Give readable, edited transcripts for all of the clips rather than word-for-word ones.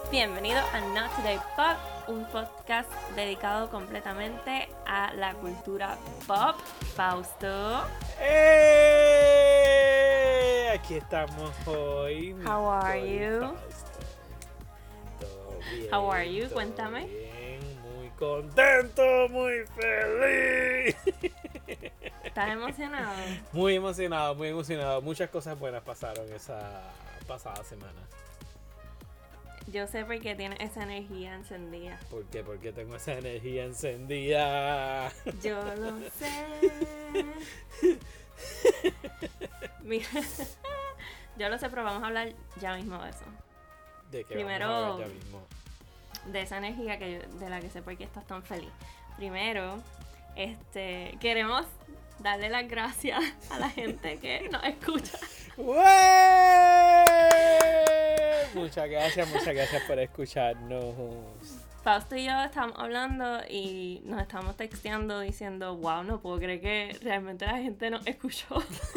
Bienvenido a Not Today Pop, un podcast dedicado completamente a la cultura pop. Fausto. Aquí estamos hoy. How are you? Fausto. Todo bien. How are you? Todo Cuéntame. Bien, muy contento, muy feliz. ¿Estás emocionado? Muy emocionado, muy emocionado. Muchas cosas buenas pasaron esa pasada semana. Yo sé por qué tienes esa energía encendida. ¿Por qué? Porque tengo esa energía encendida. Yo lo sé. Mira, yo lo sé, pero vamos a hablar ya mismo de eso. ¿De qué Primero, vamos a ver ya mismo? De esa energía de la que sé por qué estás tan feliz. Primero, queremos darle las gracias a la gente que nos escucha. Muchas gracias por escucharnos. Fausto y yo estábamos hablando y nos estábamos texteando diciendo, wow, no puedo creer que realmente la gente nos escuchó.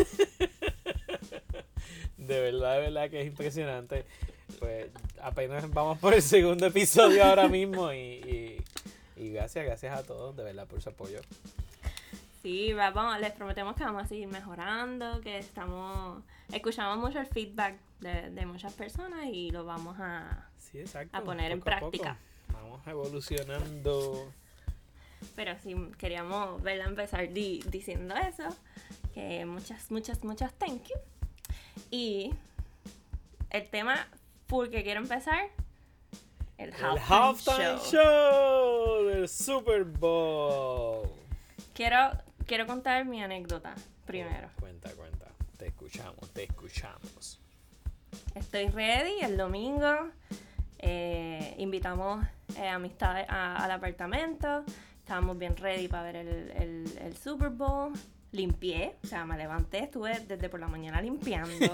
De verdad que es impresionante. Pues apenas vamos por el segundo episodio ahora mismo y gracias a todos de verdad por su apoyo. Sí, vamos, les prometemos que vamos a seguir mejorando, que escuchamos mucho el feedback de muchas personas y lo vamos a poner en práctica. Vamos evolucionando. Pero sí, queríamos verla empezar diciendo eso, que muchas thank you. Y el tema full que quiero empezar, el halftime show del Super Bowl. Quiero contar mi anécdota primero. Cuenta. Te escuchamos. Estoy ready el domingo. Invitamos amistades al apartamento. Estábamos bien ready para ver el Super Bowl. Limpié, o sea, me levanté, estuve desde por la mañana limpiando.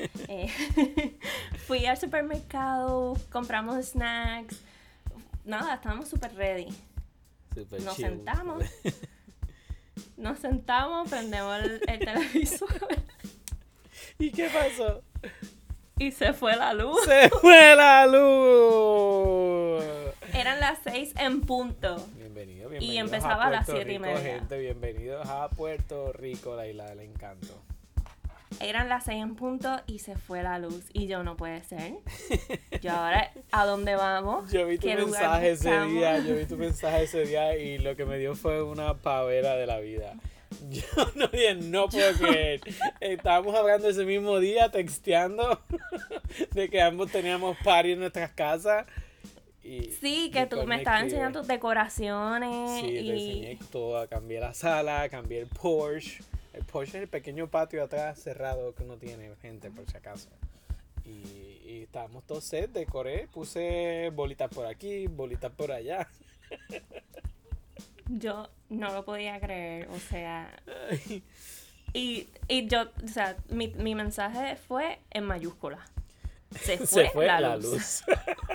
Fui al supermercado, compramos snacks. Nada, estábamos súper ready. Nos sentamos, prendemos el televisor. ¿Y qué pasó? Y se fue la luz. ¡Se fue la luz! Eran las 6 en punto. Bienvenidos y empezaba a las Puerto 7:30. Gente, bienvenidos a Puerto Rico, la isla del encanto. Eran las 6 en punto y se fue la luz. Y yo, no puede ser. Yo ahora, ¿a dónde vamos? Yo vi tu mensaje ese día y lo que me dio fue una pavera de la vida. Yo no puedo creer. Estábamos hablando ese mismo día, texteando, de que ambos teníamos party en nuestras casas. Sí, que tú me estabas enseñando tus decoraciones. Sí, te enseñé todo. Cambié la sala, cambié el Porsche. El Porsche es el pequeño patio atrás cerrado que uno tiene, gente, por si acaso. Y estábamos todos set, decoré, puse bolitas por aquí, bolitas por allá. Yo no lo podía creer, o sea. Y yo, o sea, mi mensaje fue en mayúscula. Se fue la luz.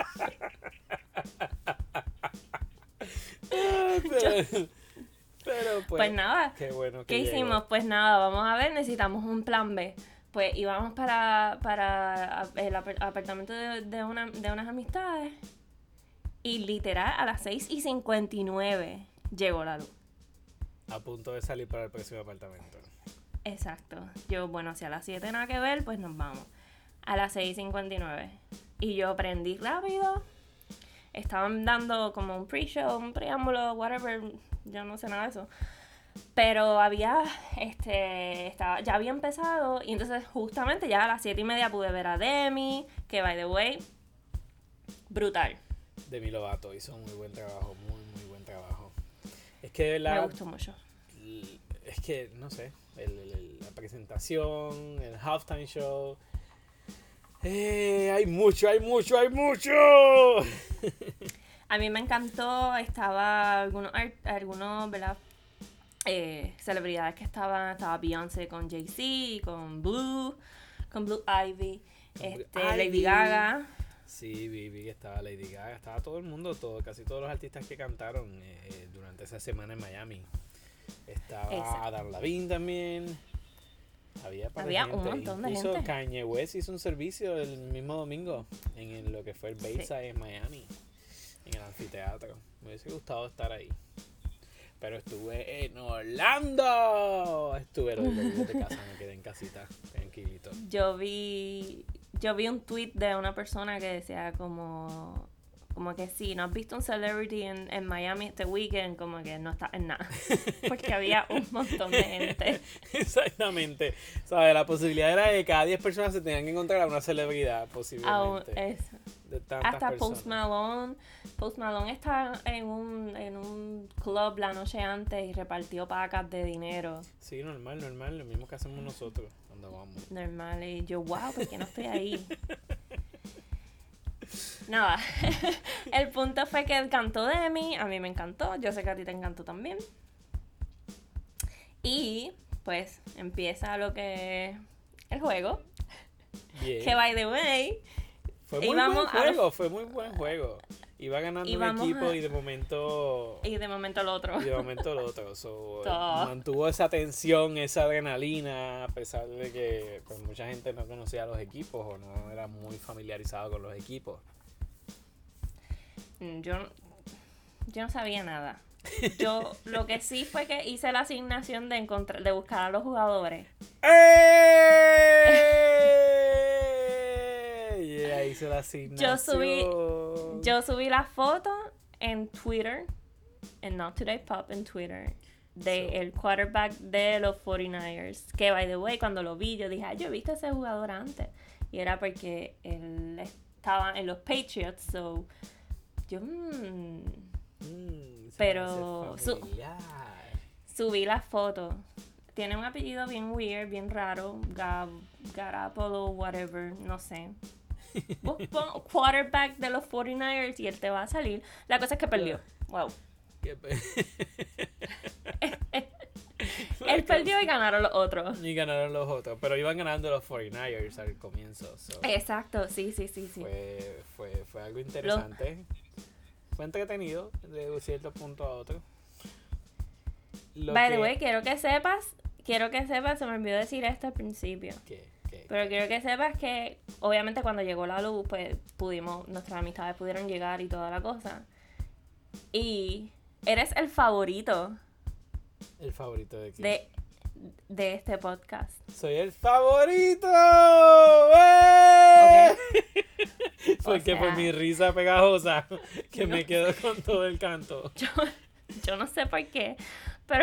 Pero pues nada, qué bueno que ¿qué llegó. hicimos? Pues nada, vamos a ver, necesitamos un plan B. Pues íbamos para el apartamento de unas amistades y literal a las 6:59 llegó la luz. A punto de salir para el próximo apartamento. Exacto. Yo, bueno, si a las 7 nada que ver, pues nos vamos. A las 6:59. Y yo prendí rápido. Estaban dando como un pre-show, un preámbulo, whatever. Yo no sé nada de eso. Pero ya había empezado. Y entonces justamente ya a las 7:30 pude ver a Demi. Que, by the way, brutal. Demi Lovato hizo un muy buen trabajo. Muy buen trabajo. Es que de verdad, me gustó mucho. Es que, no sé, la presentación, el halftime show. Hay mucho. A mí me encantó. Estaba algunos ¿verdad? Celebridades que estaban. Estaba Beyoncé con Jay-Z y con Blue Ivy. Lady Gaga. Sí, vi que estaba Lady Gaga, estaba todo el mundo, casi todos los artistas que cantaron durante esa semana en Miami. Estaba Exacto. Adam Levine también. Había un montón de Incluso gente. Kanye West hizo un servicio el mismo domingo en lo que fue el Bayside en Miami, en el anfiteatro. Me hubiese gustado estar ahí. Pero estuve en Orlando. Estuve los días de casa, me quedé en casita, tranquilito. Yo vi un tweet de una persona que decía como que si no has visto un celebrity en Miami este weekend, como que no estás en nada. Porque había un montón de gente. Exactamente. ¿Sabes? La posibilidad era que cada 10 personas se tenían que encontrar a una celebridad, posiblemente. De tantas Hasta personas. Post Malone estaba en un club la noche antes y repartió pacas de dinero. Sí, normal, lo mismo que hacemos nosotros cuando vamos. Normal, y yo, wow, ¿por qué no estoy ahí? Nada, el punto fue que cantó Demi, a mí me encantó, yo sé que a ti te encantó también. Y pues empieza lo que el juego, Bien. que by the way, Fue muy buen juego. Iba ganando un equipo y de momento el otro. Y de momento el otro. So, Todo. mantuvo esa tensión, esa adrenalina, a pesar de que pues, mucha gente no conocía los equipos o no era muy familiarizado con los equipos. Yo no sabía nada. Yo lo que sí fue que hice la asignación de buscar a los jugadores. Yeah, hice la asignación. Yo subí la foto en Twitter, en Not Today Pop en Twitter, el quarterback de los 49ers. Que, by the way, cuando lo vi, yo dije, yo he visto a ese jugador antes. Y era porque él estaba en los Patriots, so yo, pero subí la foto. Tiene un apellido bien weird, bien raro, Garapolo, whatever, no sé. Pon quarterback de los 49ers y él te va a salir. La cosa es que perdió. Wow. Él perdió y ganaron los otros. Pero iban ganando los 49ers al comienzo. So. Exacto, sí. Fue algo interesante. Fue entretenido de cierto punto a otro. By the way, quiero que sepas, se me olvidó decir esto al principio. Pero quiero que sepas que, obviamente, cuando llegó la luz, pues nuestras amistades pudieron llegar y toda la cosa. Y eres el favorito. ¿El favorito de quién? De este podcast. ¡Soy el favorito! Okay. Porque por mi risa pegajosa, que me quedo con todo el canto. Yo no sé por qué, pero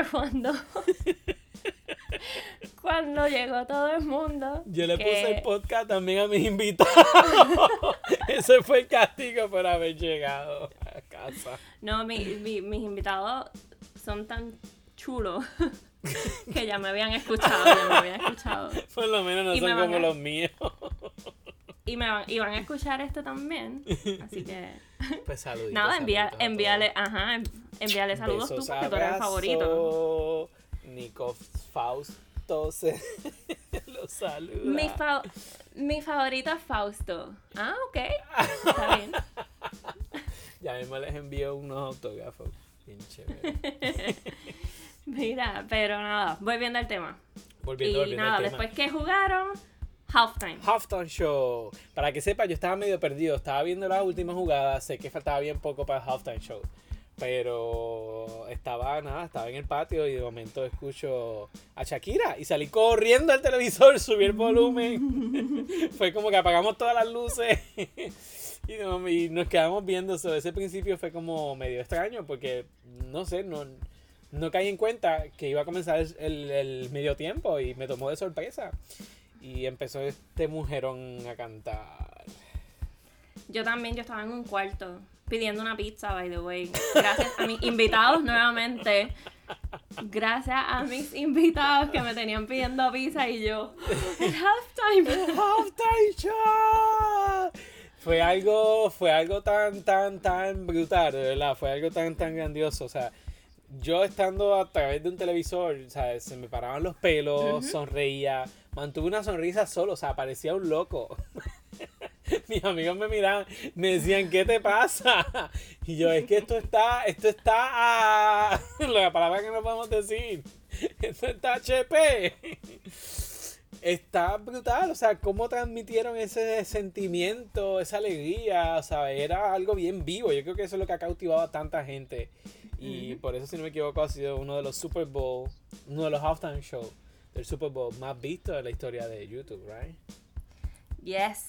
cuando llegó todo el mundo... Yo le puse el podcast también a mis invitados. Ese fue el castigo por haber llegado a casa. No, mis invitados son tan chulos que ya me habían escuchado. Por lo menos no son como los míos. Y van a escuchar esto también. Así que... Pues saluditos. Nada, envíale saludos. Besos, tú, porque tú eres el favorito. Nico Fausto se lo saluda. Mi favorito es Fausto. Ah, ok. Está bien. Ya mismo les envío unos autógrafos. Bien chévere. Mira, pero nada, volviendo al tema. Volviendo al tema. Después que jugaron... Halftime Show. Para que sepa, yo estaba medio perdido. Estaba viendo las últimas jugadas. Sé que faltaba bien poco para el Halftime Show. Pero estaba en el patio y de momento escucho a Shakira. Y salí corriendo al televisor, subí el volumen. Fue como que apagamos todas las luces. y nos quedamos viendo eso. Ese principio fue como medio extraño porque, no sé, no caí en cuenta que iba a comenzar el medio tiempo y me tomó de sorpresa. Y empezó este mujerón a cantar. Yo estaba en un cuarto pidiendo una pizza, by the way. Gracias a mis invitados nuevamente. Gracias a mis invitados que me tenían pidiendo pizza y yo. El halftime show. Fue algo tan brutal, de verdad. Fue algo tan grandioso. O sea, yo estando a través de un televisor, ¿sabes? Se me paraban los pelos, sonreía. Mantuve una sonrisa solo, o sea, parecía un loco. Mis amigos me miraban, me decían, ¿qué te pasa? Y yo, es que esto está la palabra que no podemos decir. Esto está HP. está brutal, o sea, cómo transmitieron ese sentimiento, esa alegría, o sea, era algo bien vivo. Yo creo que eso es lo que ha cautivado a tanta gente. Y por eso, si no me equivoco, ha sido uno de los Super Bowl, uno de los halftime shows del Super Bowl más vistos de la historia de YouTube, right? Yes.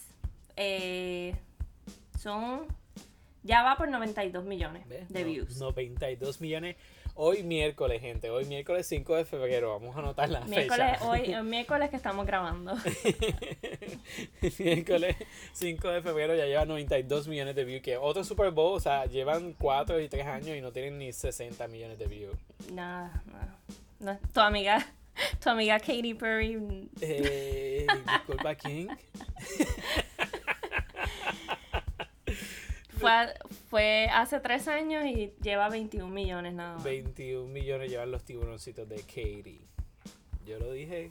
Ya va por 92 millones de views. 92 millones. Hoy miércoles, gente. Hoy miércoles 5 de febrero. Vamos a anotar la fecha. Miércoles que estamos grabando. Miércoles 5 de febrero ya lleva 92 millones de views. Que otro Super Bowl, o sea, llevan 4 y 3 años y no tienen ni 60 millones de views. Nada. No, tu amiga Katy Perry. Disculpa, King. Fue hace 3 años y lleva 21 millones nada más. 21 millones llevan los tiburoncitos de Katy. Yo lo dije.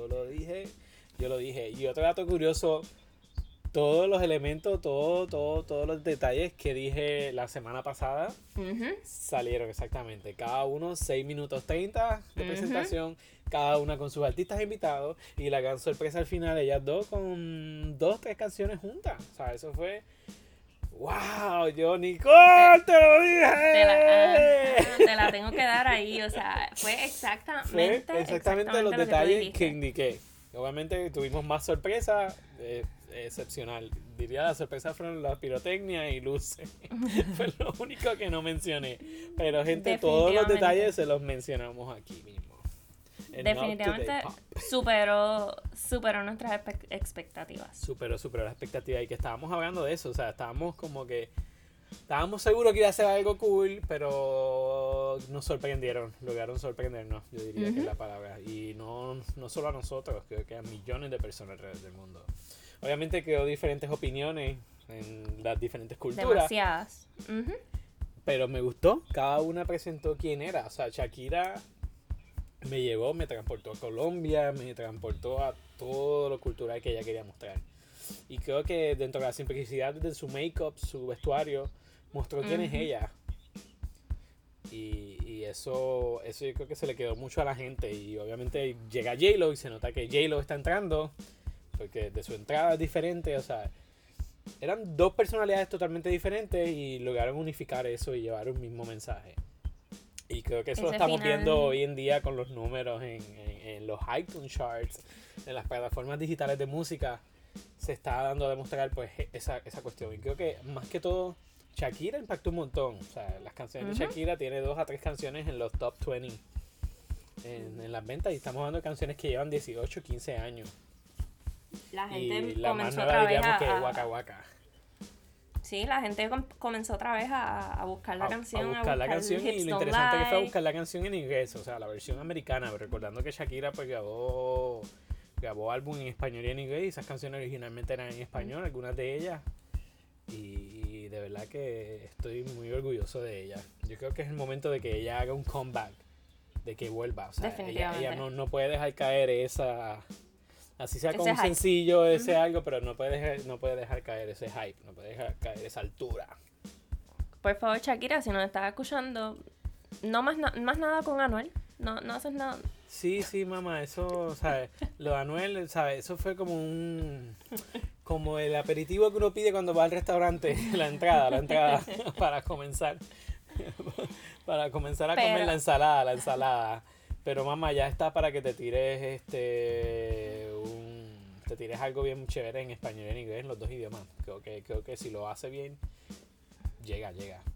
Y otro dato curioso, todos los elementos, todos los detalles que dije la semana pasada salieron exactamente. Cada uno 6 minutos 30 de presentación, cada una con sus artistas invitados y la gran sorpresa al final, ellas dos con 2-3 canciones juntas. O sea, eso fue... ¡Wow! Yo, Nicole, te lo dije. Te la tengo que dar ahí, o sea, fue exactamente los lo que detalles que indiqué. Obviamente tuvimos más sorpresa, excepcional. Diría la sorpresa fueron la pirotecnia y luces. Fue lo único que no mencioné. Pero gente, todos los detalles se los mencionamos aquí mismo. Definitivamente superó nuestras expectativas. Superó las expectativas y que estábamos hablando de eso, o sea, estábamos seguros que iba a ser algo cool, pero nos sorprendieron, lograron sorprendernos, yo diría que es la palabra, y no solo a nosotros, creo que a millones de personas alrededor del mundo. Obviamente quedó diferentes opiniones en las diferentes culturas. Demasiadas. Pero me gustó, cada una presentó quién era, o sea, Shakira me transportó a Colombia, me transportó a todo lo cultural que ella quería mostrar. Y creo que dentro de la simplicidad de su make-up, su vestuario, mostró quién es ella. Y eso yo creo que se le quedó mucho a la gente. Y obviamente llega J-Lo y se nota que J-Lo está entrando, porque de su entrada es diferente, o sea, eran dos personalidades totalmente diferentes y lograron unificar eso y llevar un mismo mensaje. Y creo que eso lo estamos viendo hoy en día con los números en los iTunes charts, en las plataformas digitales de música. Se está dando a demostrar pues esa cuestión. Y creo que más que todo Shakira impactó un montón. O sea, las canciones de Shakira tiene 2 a 3 canciones en los top 20 en las ventas. Y estamos hablando de canciones que llevan 18, 15 años. La gente y la más comenzó nueva otra vez diríamos que es Waka Waka. Sí, la gente comenzó otra vez a buscar la canción. A buscar la canción y lo interesante que fue buscar la canción en inglés, o sea, la versión americana, recordando que Shakira pues grabó álbum en español y en inglés y esas canciones originalmente eran en español, algunas de ellas. Y de verdad que estoy muy orgulloso de ella. Yo creo que es el momento de que ella haga un comeback, de que vuelva. O sea, ella no puede dejar caer esa... Así sea como un sencillo, ese algo, pero no puede dejar caer ese hype, no puede dejar caer esa altura. Por favor, Shakira, si nos estás escuchando, no más nada con Anuel, no haces nada. Sí, mamá, eso, ¿sabes? Lo de Anuel, ¿sabes? Eso fue como el aperitivo que uno pide cuando va al restaurante, la entrada para comenzar a comer la ensalada. Pero mamá, ya está para que te tires algo bien chévere en español y en inglés, en los dos idiomas. Creo que si lo hace bien, llega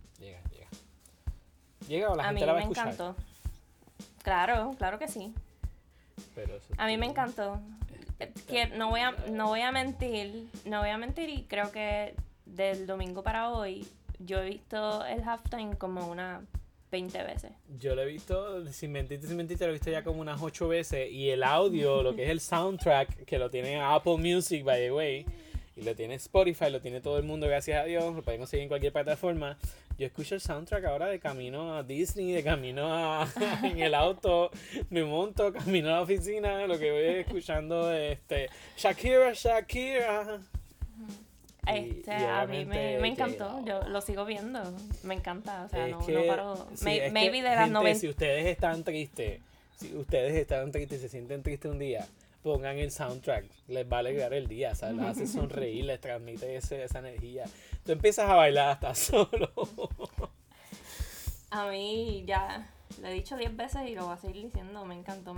o la gente la va a escuchar. A mí me encantó. Claro que sí. Pero a mí me encantó. Que no voy a mentir y creo que del domingo para hoy yo he visto el halftime como unas 20 veces. Yo lo he visto, sin mentirte, lo he visto ya como unas 8 veces. Y el audio, lo que es el soundtrack, que lo tiene Apple Music, by the way, y lo tiene Spotify, lo tiene todo el mundo, gracias a Dios, lo pueden conseguir en cualquier plataforma. Yo escucho el soundtrack ahora de camino a Disney, de camino en el auto, me monto, camino a la oficina, lo que voy escuchando es Shakira. A mí me encantó, yo lo sigo viendo, me encanta, o sea, no paro. Maybe de las 90. Si ustedes están tristes y se sienten tristes un día, pongan el soundtrack, les va a alegrar el día, ¿sabes? Las hace sonreír, les transmite esa energía. Tú empiezas a bailar hasta solo. A mí ya lo he dicho 10 veces y lo voy a seguir diciendo. Me encantó.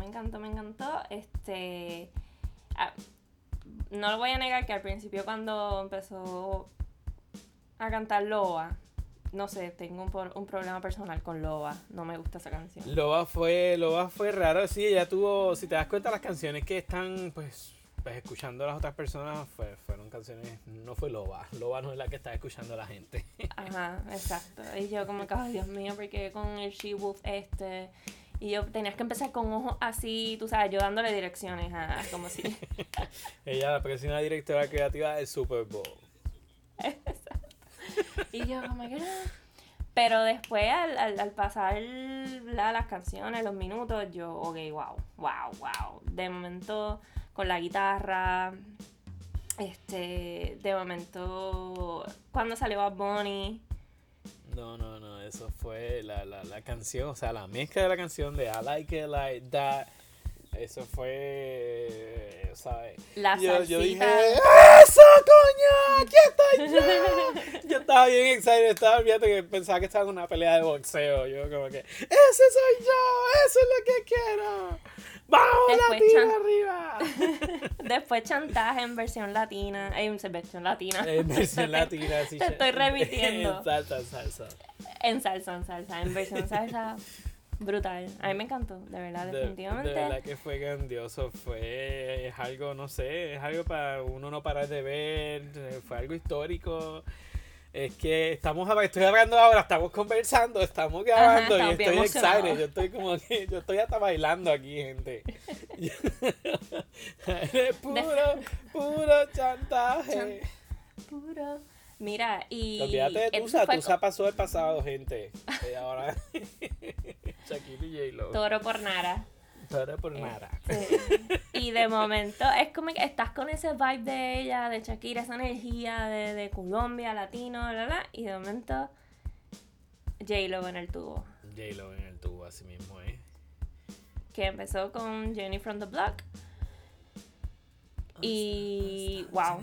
No lo voy a negar que al principio cuando empezó a cantar Loa, no sé, tengo un problema personal con Loa. No me gusta esa canción. Loba fue raro, sí, ella tuvo, si te das cuenta, las canciones que están, pues escuchando a las otras personas fueron canciones, no fue Loba no es la que está escuchando a la gente. Ajá, exacto. Y yo como que, ay, Dios mío, porque con el She-Wolf y yo tenías que empezar con ojos así, tú sabes, yo dándole direcciones como si... Ella, la próxima directora creativa del Super Bowl. Exacto. Y yo como que... Pero después, al pasar las canciones, los minutos, yo, ok, wow. De momento, con la guitarra, de momento, cuando salió Bad Bunny. No, eso fue la canción, o sea, la mezcla de la canción de I Like It Like That. Eso fue, ¿sabes? Yo dije, ¡eso, coño! ¡Aquí estoy yo! Yo estaba bien excited, estaba viendo que pensaba que estaba en una pelea de boxeo. Yo como que, ¡ese soy yo! ¡Eso es lo que quiero! ¡Vamos, latina arriba! Después chantaje en versión latina. En versión latina, sí. Te estoy repitiendo. En salsa. En salsa. En versión salsa. Brutal. A mí me encantó, de verdad, definitivamente. De verdad que fue grandioso. Es algo, no sé, es algo para uno no parar de ver. Fue algo histórico. Es que estoy hablando ahora, estamos conversando, estamos grabando. Ajá, y estoy excited. Yo estoy como que, yo estoy hasta bailando aquí, gente. Puro chantaje. Puro. Mira, y... Olvídate de Tusa pasó el pasado, gente. Ahora Shakira y J-Lo. Toro por nada. Sí. Y de momento es como que estás con ese vibe de ella, de Shakira, esa energía de Colombia, latino, y de momento J-Lo en el tubo. Así mismo, Que empezó con Jenny from the Block. Y wow.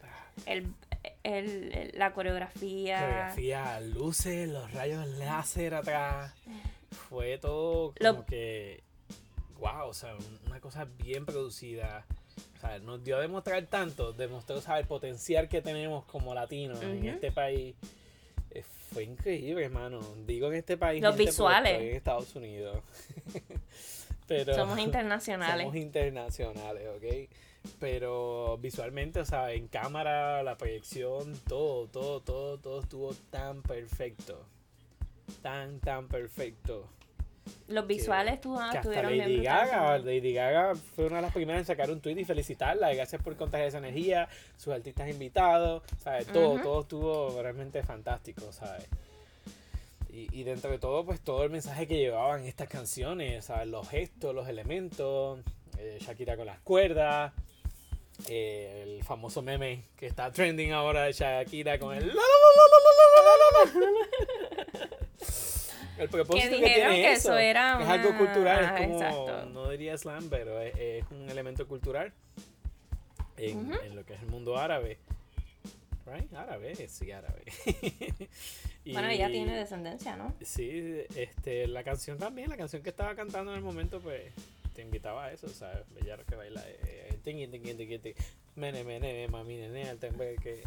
La coreografía, luces, los rayos láser atrás, fue todo como que wow, o sea, una cosa bien producida. O sea, nos dio a demostrar tanto, demostró, ¿sabes? El potencial que tenemos como latinos en este país. Fue increíble, hermano. Digo en este país, los visuales en Estados Unidos. Pero somos internacionales, ¿ok? Pero visualmente, o sea, en cámara, la proyección, todo estuvo tan perfecto. Tan perfecto. Los visuales estuvieron bien brutales. Lady Gaga fue una de las primeras en sacar un tweet y felicitarla. Gracias por contagiar esa energía, sus artistas invitados, ¿sabes? Todo estuvo realmente fantástico, ¿sabes? Y dentro de todo, pues todo el mensaje que llevaban estas canciones, ¿sabes? Los gestos, los elementos, Shakira con las cuerdas, el famoso meme que está trending ahora de Shakira con el el propósito que tiene eso era es algo cultural, es como, exacto. No diría slam, pero es un elemento cultural en lo que es el mundo árabe. Right? Árabe. Bueno, ella tiene descendencia, ¿no? Sí, la canción también, la canción que estaba cantando en el momento, pues te invitaba a eso, ¿sabes? Ella que baila mene, mami, nene, al que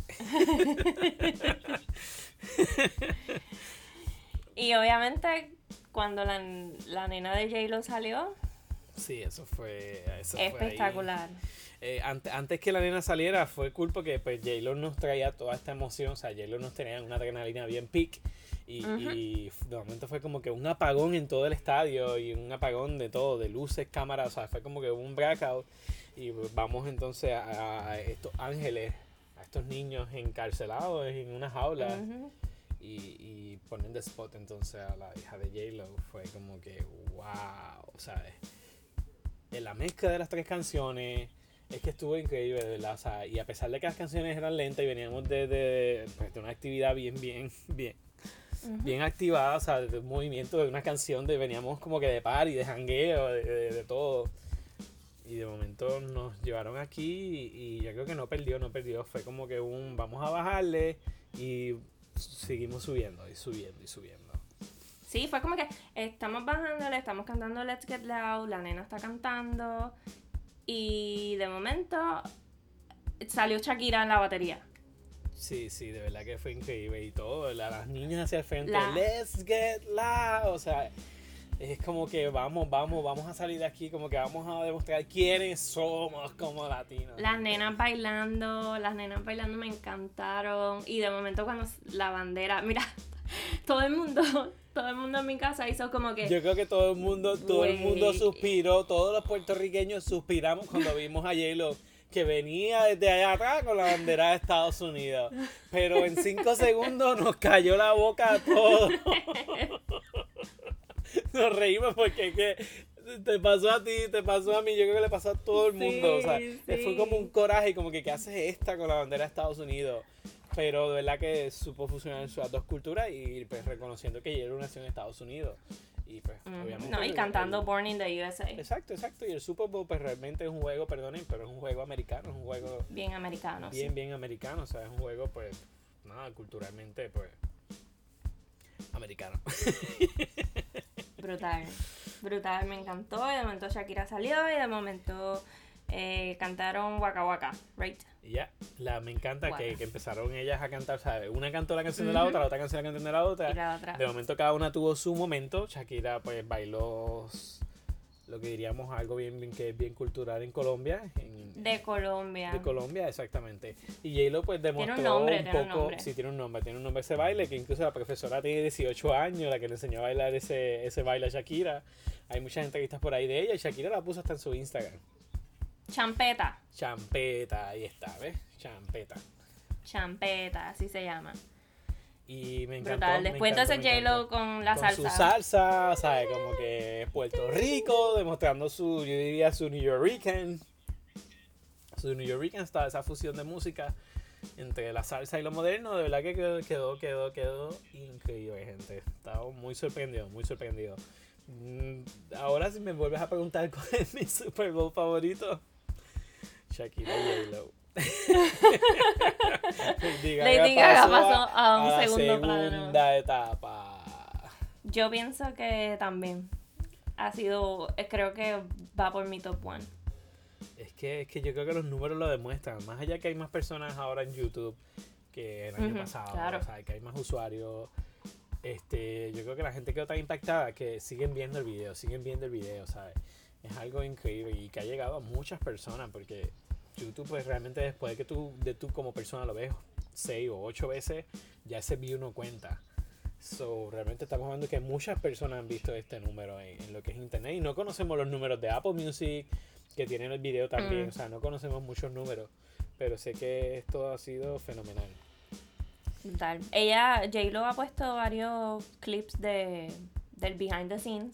Y obviamente cuando la nena de J-Lo salió, sí, eso fue espectacular. Antes que la nena saliera fue cool porque pues J-Lo nos traía toda esta emoción, o sea, J-Lo nos tenía una adrenalina bien peak y de momento fue como que un apagón en todo el estadio y un apagón de todo, de luces, cámaras, o sea, fue como que un blackout y vamos entonces a estos ángeles, a estos niños encarcelados en una jaula y ponen de spot entonces a la hija de J-Lo, fue como que wow, ¿sabes? En la mezcla de las tres canciones es que estuvo increíble, ¿verdad? O sea, y a pesar de que las canciones eran lentas y veníamos de una actividad bien activada, o sea, de un movimiento de una canción, veníamos como que de party, de jangueo, de todo. Y de momento nos llevaron aquí y yo creo que no perdió. Fue como que vamos a bajarle y seguimos subiendo y subiendo y subiendo. Sí, fue como que estamos bajándole, estamos cantando Let's Get Loud, la nena está cantando y de momento salió Shakira en la batería. Sí, de verdad que fue increíble y todo, las niñas hacia el frente, Let's Get Loud, o sea, es como que vamos a salir de aquí, como que vamos a demostrar quiénes somos como latinos. Las nenas bailando me encantaron y de momento cuando la bandera, mira, todo el mundo en mi casa hizo como que... Yo creo que todo el mundo suspiró, todos los puertorriqueños suspiramos cuando vimos a J-Lo que venía desde allá atrás con la bandera de Estados Unidos. Pero en 5 segundos nos cayó la boca a todos. Nos reímos porque que te pasó a ti, te pasó a mí, yo creo que le pasó a todo el mundo. Sí, o sea, fue como un coraje, como que ¿qué haces esta con la bandera de Estados Unidos? Pero de verdad que supo fusionar sus dos culturas y pues reconociendo que ella era una nación de Estados Unidos. Y pues obviamente... No, y cantando Born in the USA. Exacto. Y el Super Bowl pues realmente es un juego, perdonen, pero es un juego americano, es un juego... Bien americano, bien americano, o sea, es un juego pues, nada, culturalmente pues... americano. Brutal, me encantó. Y de momento Shakira salió y de momento cantaron Waka Waka, right? Y ya, me encanta que empezaron ellas a cantar, ¿sabes? Una cantó la canción de la otra, la otra canción la canción de la otra. Y la otra. De momento cada una tuvo su momento. Shakira pues bailó lo que diríamos algo que es bien cultural en Colombia. De Colombia, exactamente. Y J-Lo pues demostró un poco... Sí, tiene un nombre ese baile, que incluso la profesora tiene 18 años, la que le enseñó a bailar ese baile a Shakira. Hay muchas entrevistas por ahí de ella y Shakira la puso hasta en su Instagram. Champeta, ahí está, ¿ves? Champeta, así se llama. Y me encantó. Brutal. Después de ese J-Lo con la salsa. Su salsa, ¿sabes? Como que Puerto Rico, demostrando yo diría su New Yorkican. Su New Yorkican, está esa fusión de música entre la salsa y lo moderno. De verdad que quedó increíble, gente. Estaba muy sorprendido. Ahora si me vuelves a preguntar cuál es mi Super Bowl favorito, Shakira y J-Lo. Lady Gaga pasó a un segundo plano. Segunda etapa. Yo pienso que también ha sido, creo que va por mi top 1. Es que yo creo que los números lo demuestran. Más allá que hay más personas ahora en YouTube que el año pasado, claro. O sea, que hay más usuarios. Yo creo que la gente quedó tan impactada que siguen viendo el video, ¿sabes? Es algo increíble y que ha llegado a muchas personas porque YouTube pues realmente después de que tú como persona lo ves 6 o 8 veces, ya ese view no cuenta. So, realmente estamos hablando que muchas personas han visto este número en lo que es internet y no conocemos los números de Apple Music que tienen el video también, o sea, no conocemos muchos números, pero sé que esto ha sido fenomenal. Tal. J-Lo ha puesto varios clips del behind the scenes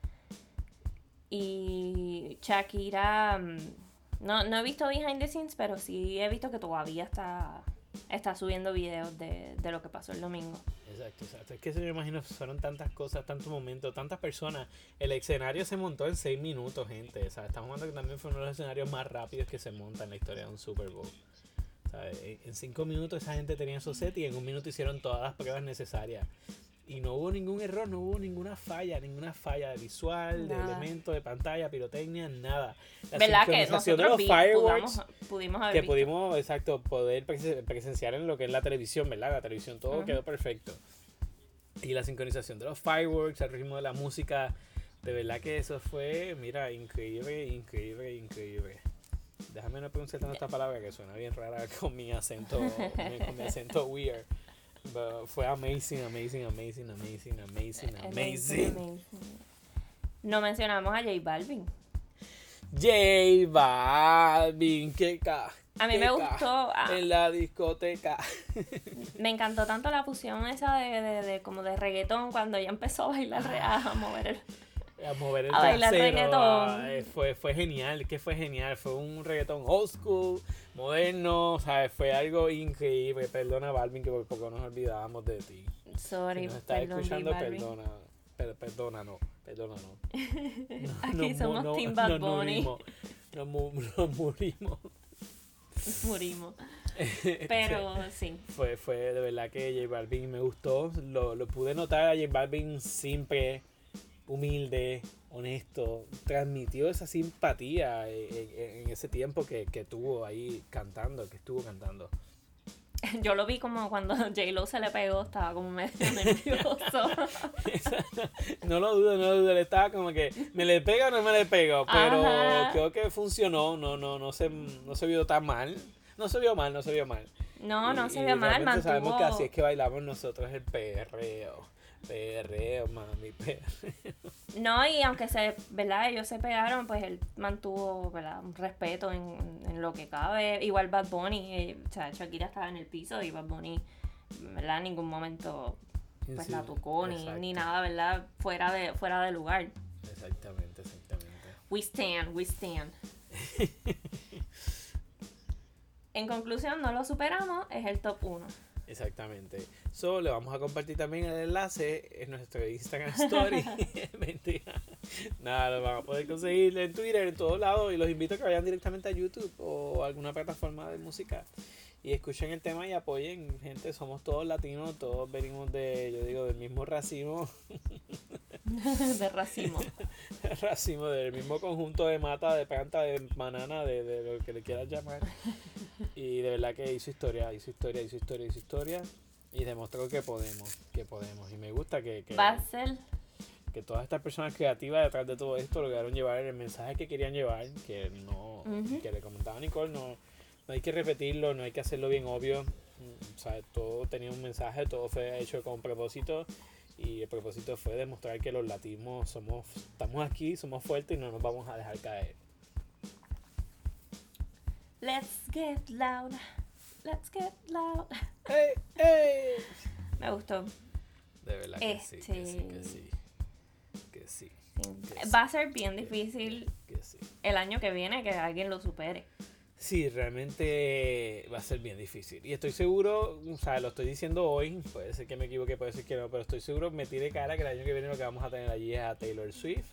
y Shakira no he visto behind the scenes, pero sí he visto que todavía está subiendo videos de lo que pasó el domingo. Exacto. Es que se me imagino, fueron tantas cosas, tantos momentos, tantas personas. El escenario se montó en 6 minutos, gente. O sea, estamos hablando que también fue uno de los escenarios más rápidos que se monta en la historia de un Super Bowl. ¿Sabes? En 5 minutos esa gente tenía su set y en 1 minuto hicieron todas las pruebas necesarias. Y no hubo ningún error, no hubo ninguna falla de visual, nada. De elemento, de pantalla, pirotecnia, nada. La ¿verdad que sincronización nosotros de los fireworks pudimos haber que visto? pudimos, exacto, poder presenciar en lo que es la televisión, ¿verdad? La televisión todo quedó perfecto. Y la sincronización de los fireworks, el ritmo de la música, de verdad que eso fue, mira, increíble. Déjame no pronunciar tanto esta palabra que suena bien rara con mi acento weird. But fue amazing. No mencionamos a J Balvin. A mí me gustó. En la discoteca. Me encantó tanto la fusión esa de como de reggaetón cuando ella empezó a bailar, a mover el bailar reggaetón. Fue genial, fue un reggaetón old school, moderno, ¿sabes? Fue algo increíble. Perdona, Balvin, que por poco nos olvidábamos de ti. Sorry, si nos estás escuchando, perdónanos. Aquí somos Team Bad Bunny. Nos murimos. Murimos. Pero sí. Fue de verdad que J Balvin me gustó. Lo pude notar a J Balvin simple, humilde, honesto. Transmitió esa simpatía en ese tiempo que tuvo ahí cantando, que estuvo cantando. Yo lo vi como cuando J-Lo se le pegó, estaba como medio nervioso. No lo dudo, le estaba como que me le pega o no me le pego, pero Ajá. creo que funcionó, no se vio tan mal, no se vio mal. No se Y vio mal, realmente sabemos que así mantuvo. es que bailamos nosotros el perreo, mami, perreo. No, y aunque ¿verdad? Ellos se pegaron, pues él mantuvo, ¿verdad? Un respeto en lo que cabe. Igual Bad Bunny, o sea, Shakira estaba en el piso y Bad Bunny, ¿verdad? En ningún momento pues Sí, la tocó ni exacto. nada, ¿verdad? Fuera de lugar. Exactamente. We stand. En conclusión, no lo superamos, es el top 1. Exactamente. Le vamos a compartir también el enlace en nuestro Instagram Story. Mentira. Nada, lo van a poder conseguir en Twitter, en todos lados. Y los invito a que vayan directamente a YouTube o a alguna plataforma de música y escuchen el tema y apoyen. Gente, somos todos latinos, todos venimos del mismo racimo. De racimo. Racimo, del mismo conjunto de mata, de planta, de banana, de lo que le quieras llamar. Y de verdad que hizo historia. Y demostró que podemos. Y me gusta que Va a ser todas estas personas creativas detrás de todo esto lograron llevar el mensaje que querían llevar, que que le comentaba Nicole, no hay que repetirlo, no hay que hacerlo bien obvio. O sea, todo tenía un mensaje, todo fue hecho con propósito. Y el propósito fue demostrar que los latinos estamos aquí, somos fuertes y no nos vamos a dejar caer. Let's get loud. ¡Ey! Me gustó. De verdad que sí. Va a ser bien difícil Que sí. el año que viene que alguien lo supere. Sí, realmente va a ser bien difícil. Y estoy seguro, o sea, lo estoy diciendo hoy, puede ser que me equivoque, puede ser que no, pero estoy seguro, me tire cara que el año que viene lo que vamos a tener allí es a Taylor Swift.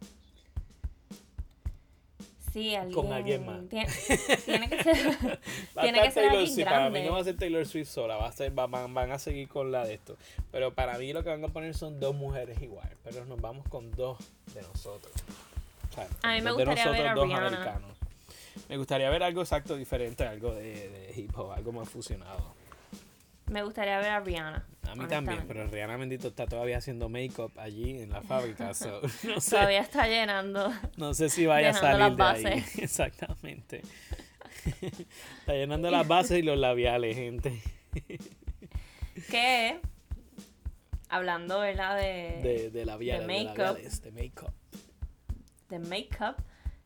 Sí, Con alguien más. Tiene que ser. Tiene que ser Taylor alguien Swift. Para mí grande. no va a ser Taylor Swift sola, van a seguir con la de esto. Pero para mí lo que van a poner son 2 mujeres igual, pero nos vamos con 2 de nosotros. O sea, A mí me 2 de gustaría ver a 2 Rihanna. americanos. Me gustaría ver algo exacto diferente, algo de hip hop, algo más fusionado. Me gustaría ver a Rihanna. A mí también, pero Rihanna bendito está todavía haciendo make-up allí en la fábrica, so, no sé. Todavía está llenando. No sé si vaya a llenando salir las de ahí. bases. Exactamente. Está llenando las bases y los labiales, gente. Que, hablando, ¿verdad? De labiales, de de make-up. labiales, de make-up. De make-up,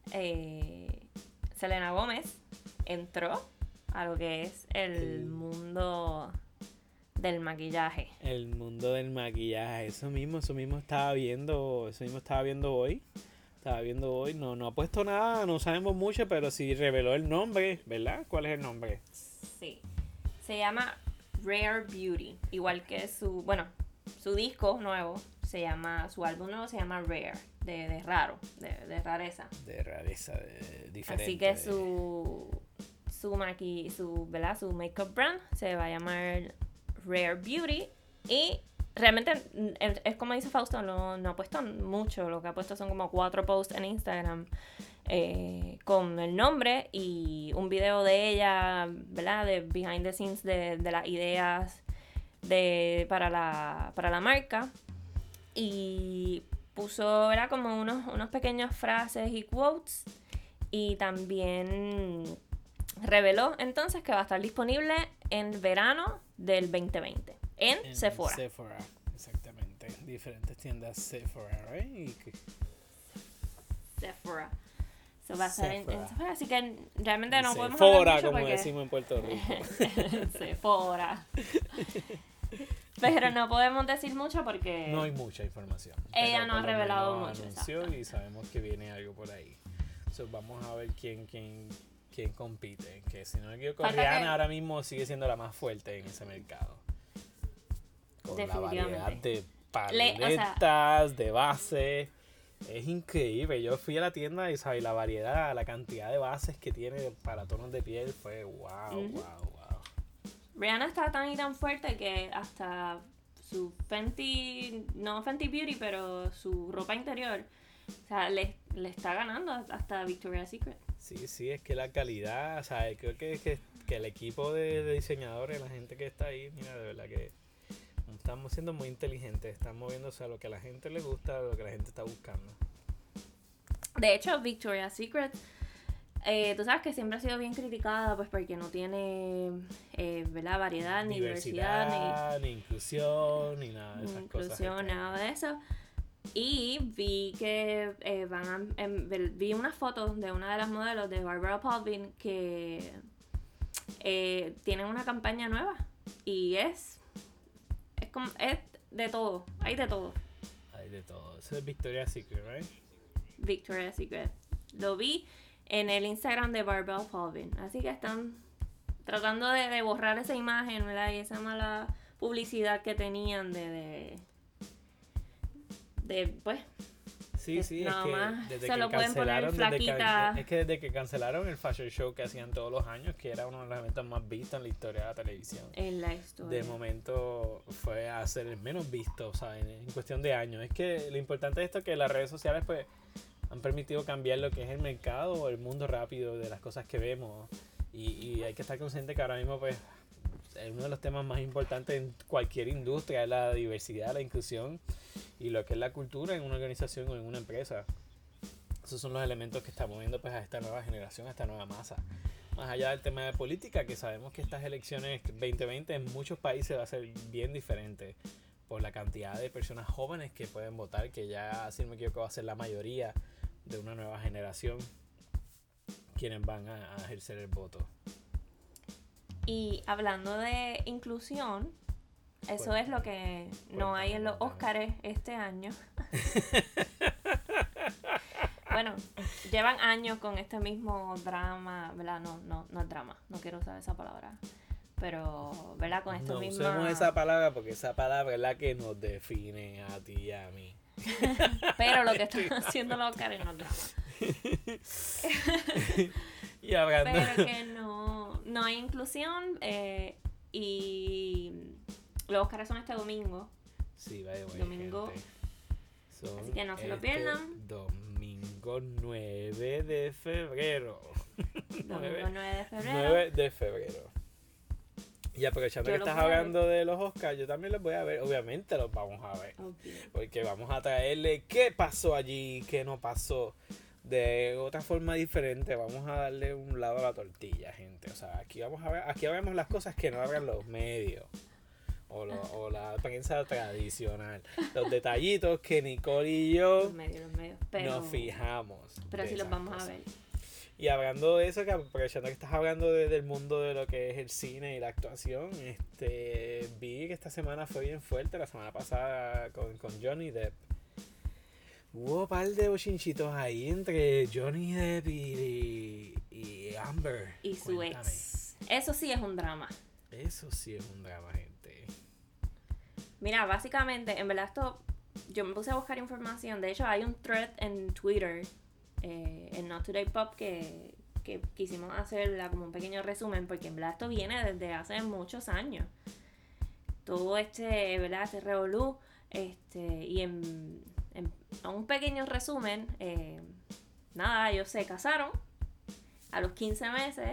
Selena Gómez entró a lo que es el mundo del maquillaje. El mundo del maquillaje, eso mismo estaba viendo hoy. No ha puesto nada, no sabemos mucho, pero sí reveló el nombre, ¿verdad? ¿Cuál es el nombre? Sí. Se llama Rare Beauty. Igual que su disco nuevo su álbum nuevo se llama Rare, de raro, de rareza. De rareza, de diferente. Así que su makeup brand se va a llamar Rare Beauty. Y realmente es como dice Fausto, no ha puesto mucho. Lo que ha puesto son como 4 posts en Instagram con el nombre y un video de ella, ¿verdad? De behind the scenes de las ideas para la marca. Y puso, ¿verdad? Como unos pequeñas frases y quotes. Y también reveló entonces que va a estar disponible en verano del 2020 en Sephora. Sephora, exactamente. Diferentes tiendas Sephora, ¿right? Sephora. So va a estar en Sephora. Sephora, así que realmente no podemos Sephora, hablar mucho como porque... decimos en Puerto Rico. Sephora. Pero no podemos decir mucho porque... No hay mucha información. Ella pero no ha por lo revelado menos mucho, anunció exacto. y sabemos que viene algo por ahí. So, vamos a ver quién compite. Que si no me equivoco, Falta Rihanna que- ahora mismo sigue siendo la más fuerte en ese mercado. Con la Definitivamente. variedad de paletas, de base, Es increíble. Yo fui a la tienda y, ¿sabes? La variedad, la cantidad de bases que tiene para tonos de piel fue wow, wow. Rihanna está tan y tan fuerte que hasta su Fenty, no Fenty Beauty, pero su ropa interior, o sea, le está ganando hasta Victoria's Secret. Sí, es que la calidad, o sea, creo que el equipo de diseñadores, la gente que está ahí, mira, de verdad que estamos siendo muy inteligentes, están moviéndose a lo que a la gente le gusta, a lo que la gente está buscando. De hecho, Victoria's Secret, tú sabes que siempre ha sido bien criticada pues porque no tiene ¿verdad? Variedad, ni diversidad, ni inclusión, ni nada de esas cosas. Nada de eso. Y vi que vi unas fotos de una de las modelos de Barbara Palvin que tienen una campaña nueva y es de todo, hay de todo. Eso es Victoria's Secret, ¿right? Victoria's Secret. Lo vi en el Instagram de Barbara Palvin. Así que están tratando de borrar esa imagen, ¿verdad? Y esa mala publicidad que tenían de pues. Sí, es que desde se que lo pueden poner flaquita. Es que desde que cancelaron el fashion show que hacían todos los años, que era uno de los eventos más vistos en la historia de la televisión. En la historia. De momento fue a ser el menos visto, o sea, en cuestión de años. Es que lo importante de esto es que las redes sociales pues han permitido cambiar lo que es el mercado o el mundo rápido de las cosas que vemos. Y hay que estar consciente que ahora mismo pues uno de los temas más importantes en cualquier industria es la diversidad, la inclusión y lo que es la cultura en una organización o en una empresa. Esos son los elementos que están moviendo pues a esta nueva generación, a esta nueva masa. Más allá del tema de política, que sabemos que estas elecciones 2020 en muchos países va a ser bien diferente por la cantidad de personas jóvenes que pueden votar, que ya, si no me equivoco, va a ser la mayoría de una nueva generación quienes van a ejercer el voto. Y hablando de inclusión, eso es lo que no hay en los Óscares este año. Bueno, llevan años con este mismo drama, ¿verdad? No es drama, no quiero usar esa palabra. Pero, ¿verdad? Con esto mismo. No usemos esa palabra porque esa palabra es la que nos define a ti y a mí. Pero lo que están haciendo los Óscares no es drama. Y hablando. Pero que no hay inclusión y los Óscares son este domingo. Sí, vaya, domingo. Así que no se lo pierdan. Domingo 9 de febrero. Domingo 9 de febrero. 9 de febrero. Y aprovechando que estás hablando de los Oscars, yo también los voy a ver. Obviamente los vamos a ver. Okay. Porque vamos a traerle qué pasó allí, qué no pasó. De otra forma diferente, vamos a darle un lado a la tortilla, gente. O sea, aquí vemos las cosas que no hablan los medios o la prensa tradicional. Los detallitos que Nicole y yo los medios, nos fijamos. Pero sí los vamos a ver. Y hablando de eso, que aprovechando que estás hablando del mundo de lo que es el cine y la actuación, vi que esta semana fue bien fuerte, la semana pasada con Johnny Depp. Hubo un par de bochinchitos ahí entre Johnny Depp y Amber. Y su ex. Eso sí es un drama. Eso sí es un drama, gente. Mira, básicamente, en verdad yo me puse a buscar información. De hecho, hay un thread en Twitter, en Not Today Pop, que quisimos hacer como un pequeño resumen, porque en verdad esto viene desde hace muchos años. Todo ¿verdad? Este revolú, y en un pequeño resumen, nada, ellos se casaron a los 15 meses.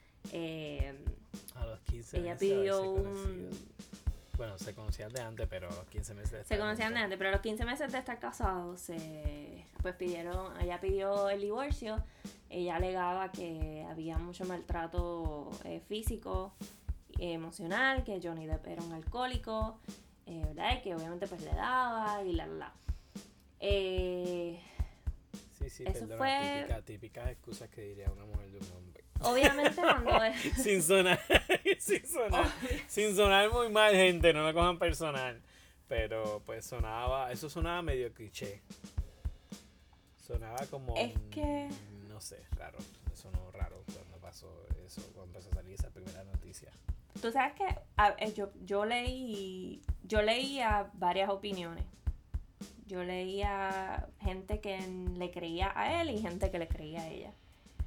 A los 15 ella meses pidió Bueno, se conocían de antes, pero a los 15 meses de estar Se conocían de antes, pero a los 15 meses de estar casados, pues ella pidió el divorcio. Ella alegaba que había mucho maltrato físico y emocional, que Johnny Depp era un alcohólico, ¿verdad? Y que obviamente pues le daba y la. Sí, eso perdona, fue típicas excusas que diría una mujer de un hombre. Obviamente cuando sin sonar muy mal, gente, no me cojan personal, pero pues eso sonaba medio cliché. Sonaba como no sé, raro. Sonó raro cuando pasó eso, cuando empezó a salir esa primera noticia. Tú sabes que yo leía varias opiniones Yo leía gente que le creía a él y gente que le creía a ella.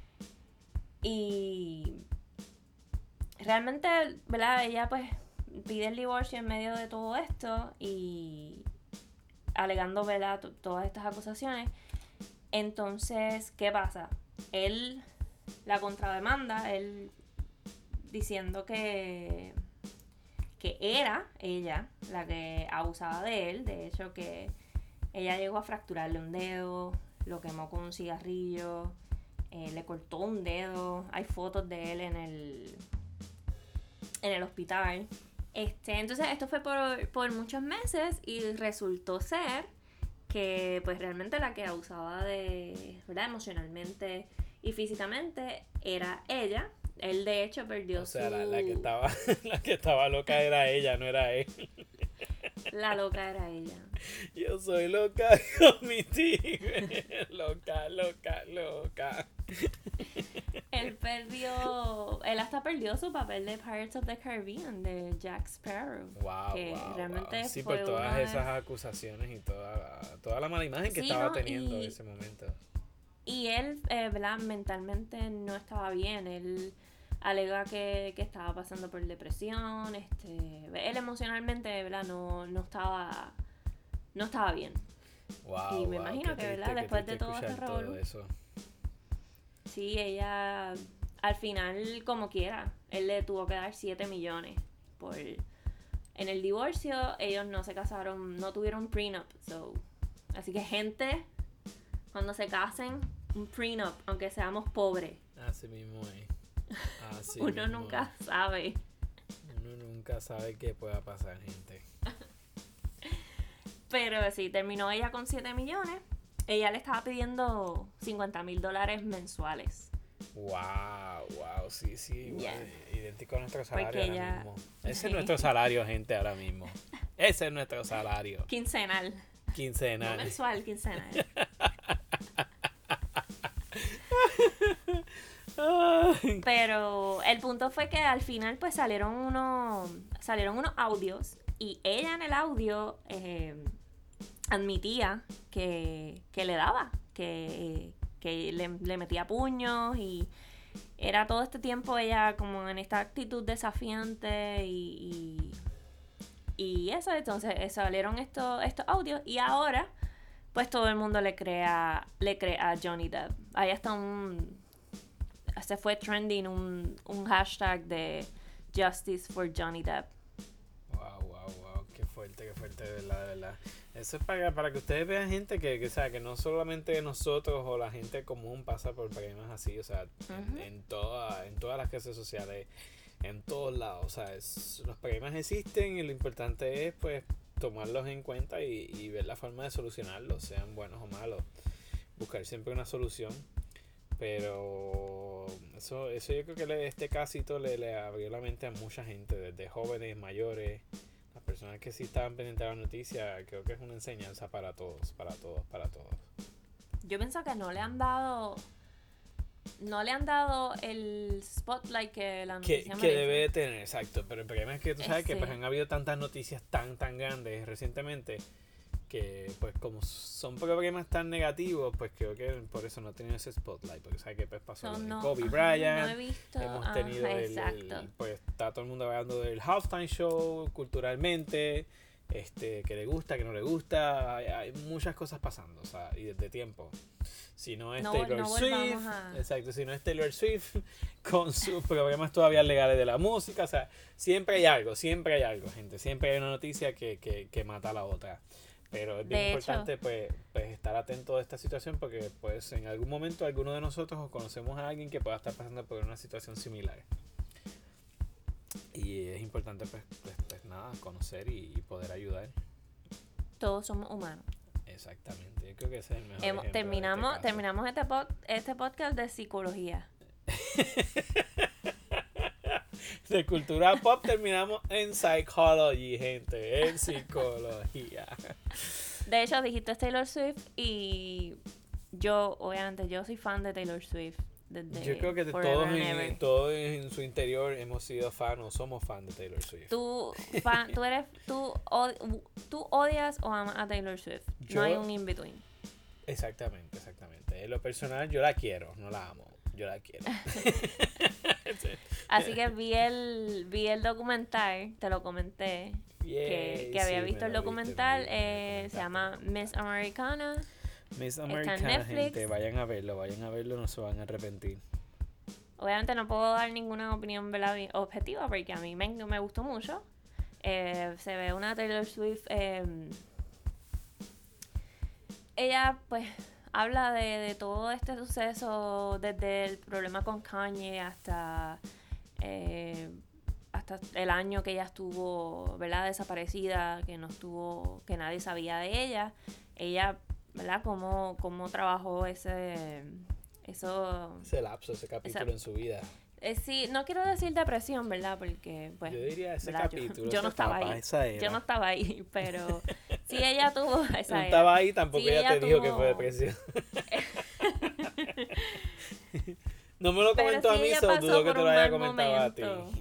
Y realmente, ¿verdad? Ella pues pide el divorcio en medio de todo esto y alegando, ¿verdad? Todas estas acusaciones. Entonces, ¿qué pasa? Él la contrademanda, él diciendo que era ella la que abusaba de él. De hecho, que ella llegó a fracturarle un dedo, lo quemó con un cigarrillo, le cortó un dedo. Hay fotos de él en el hospital. Entonces esto fue por muchos meses y resultó ser que pues realmente la que abusaba de, ¿verdad? Emocionalmente y físicamente era ella. Él de hecho perdió la que estaba loca era ella, no era él. La loca era ella. Yo soy loca con mi tigre. Loca. Él hasta perdió su papel de Pirates of the Caribbean de Jack Sparrow. Wow, que realmente wow. Sí, fue por todas esas acusaciones y toda la mala imagen que estaba teniendo en ese momento. Y él, ¿verdad? Mentalmente no estaba bien. Él alega que estaba pasando por depresión. Él emocionalmente, ¿verdad? No estaba bien. Wow, y me imagino que, ¿verdad? Después de todo este revolú. Sí, ella al final, como quiera, él le tuvo que dar 7 millones en el divorcio. Ellos no se casaron, no tuvieron prenup. Así que gente, cuando se casen, un prenup, aunque seamos pobres. Así mismo es. Uno nunca sabe. Uno nunca sabe qué pueda pasar, gente. Pero sí, terminó ella con 7 millones. Ella le estaba pidiendo $50,000 mensuales. Wow, sí, Yeah. Idéntico a nuestro salario mismo. Ese es nuestro salario, gente, ahora mismo. Ese es nuestro salario. Quincenal. No mensual, quincenal. Pero el punto fue que al final pues salieron unos audios y ella en el audio admitía que le daba, que le metía puños y era todo este tiempo ella como en esta actitud desafiante y eso. Entonces salieron estos audios y ahora pues todo el mundo le cree a Johnny Depp. Ahí está se fue trending un hashtag de Justice for Johnny Depp. Wow, qué fuerte, de verdad. Eso es para que ustedes vean, gente, que no solamente nosotros o la gente común pasa por problemas así, o sea, en todas las redes sociales, en todos lados, o sea, los problemas existen y lo importante es pues tomarlos en cuenta y ver la forma de solucionarlos, sean buenos o malos, buscar siempre una solución. Pero eso yo creo que este casito le abrió la mente a mucha gente, desde jóvenes, mayores, las personas que sí estaban pendientes de la noticia. Creo que es una enseñanza para todos. Yo pienso que no le han dado el spotlight que la noticia que debe de tener, exacto. Pero el problema es que tú sabes que pues, han habido tantas noticias tan grandes recientemente que pues como son problemas tan negativos, pues creo que por eso no ha tenido ese spotlight, porque sabes que pues pasó Kobe Bryant, no he visto, hemos tenido pues está todo el mundo hablando del halftime show culturalmente, que le gusta, que no le gusta, hay muchas cosas pasando, o sea, y desde tiempo. Si no es Taylor Swift, exacto, si no es Taylor Swift con sus problemas todavía legales de la música, o sea, siempre hay algo, gente, siempre hay una noticia que mata a la otra. Pero es bien importante pues estar atento a esta situación porque pues en algún momento alguno de nosotros conocemos a alguien que pueda estar pasando por una situación similar. Y es importante pues nada, conocer y poder ayudar. Todos somos humanos. Exactamente, yo creo que ese es el mejor ejemplo terminamos este podcast de psicología. De cultura pop terminamos en psychology, gente, en psicología. De hecho, dijiste Taylor Swift y yo, obviamente, yo soy fan de Taylor Swift desde Yo creo que forever and ever. todos en su interior hemos sido fan o somos fan de Taylor Swift. Tú odias o amas a Taylor Swift. Yo- No hay un in-between. Exactamente. En lo personal yo la quiero, no la amo. Yo la quiero. Así que vi el documental, te lo comenté, que había Sí, visto me el lo documental, viste, me se llama Miss Americana. Miss en Americana, Netflix. gente, vayan a verlo, no se van a arrepentir. Obviamente no puedo dar ninguna opinión, ¿verdad?, objetiva porque a mí me gustó mucho. Se ve una Taylor Swift, ella pues habla de todo este suceso, desde el problema con Kanye hasta el año que ella estuvo, ¿verdad?, desaparecida, que nadie sabía de ella. Ella, ¿verdad?, cómo trabajó ese Lapso, ese capítulo en su vida. Sí, no quiero decir depresión, ¿verdad? Porque, pues, Yo diría ese ¿verdad? capítulo. Yo no estaba ahí. Yo no estaba ahí, pero sí ella tuvo esa No era. estaba ahí, tampoco Sí, ella te dijo que tuvo- fue depresión. No me lo Pero comentó sí a mí, ella so pasó dudo que por te lo un haya mal comentado a ti. momento.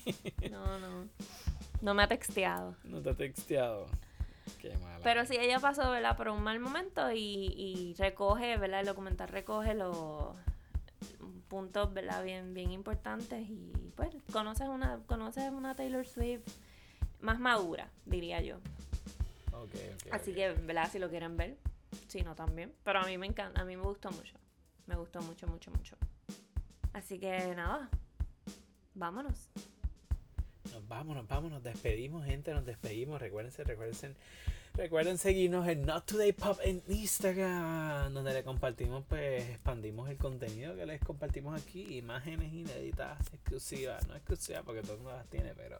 No me ha texteado. No te ha texteado. Qué mala. Pero sí ella pasó, ¿verdad?, por un mal momento y recoge, ¿verdad? El documental recoge los puntos, ¿verdad?, bien importantes y pues conoces una Taylor Swift más madura, diría yo. Así que, ¿verdad?, si lo quieren ver, si no también. Pero a mí me encanta, a mí me gustó mucho. Me gustó mucho. Así que nada, vámonos. Nos despedimos, gente, Recuerden seguirnos en Not Today Pop en Instagram, donde le compartimos, pues, expandimos el contenido que les compartimos aquí, imágenes inéditas, exclusivas, no exclusivas porque todo el mundo las tiene, pero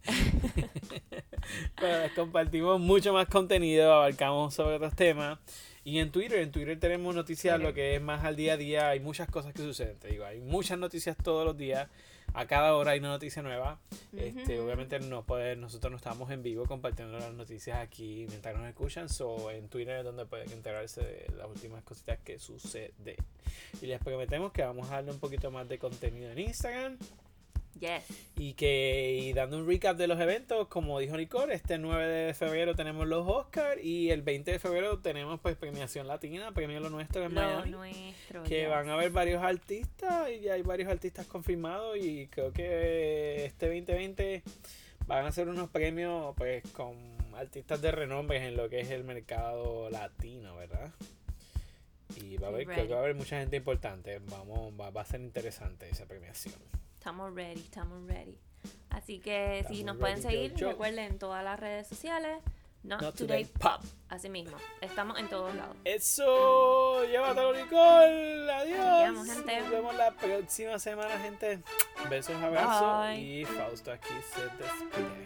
les compartimos mucho más contenido, abarcamos sobre otros temas. Y en Twitter tenemos noticias, lo que es más al día a día, hay muchas cosas que suceden, te digo, hay muchas noticias todos los días. A cada hora hay una noticia nueva. Obviamente nosotros no estamos en vivo compartiendo las noticias aquí mientras nos escuchan. En Twitter es donde pueden enterarse de las últimas cositas que suceden. Y les prometemos que vamos a darle un poquito más de contenido en Instagram. Yes. Y dando un recap de los eventos, como dijo Nicole, este 9 de febrero tenemos los Oscars y el 20 de febrero tenemos, pues, premiación latina, premio Lo Nuestro en Miami. Que van a haber varios artistas y ya hay varios artistas confirmados y creo que este 2020 van a ser unos premios, pues, con artistas de renombre en lo que es el mercado latino, ¿verdad? Y creo que va a haber mucha gente importante. Va a ser interesante esa premiación. Estamos ready. Así que si nos pueden seguir, recuerden en todas las redes sociales. Not Today Pop. Así mismo. Estamos en todos lados. Eso. Llévatelo, Nicole. Adiós. Nos gente. Nos vemos la próxima semana, gente. Besos, abrazos. Bye. Y Fausto aquí se despide.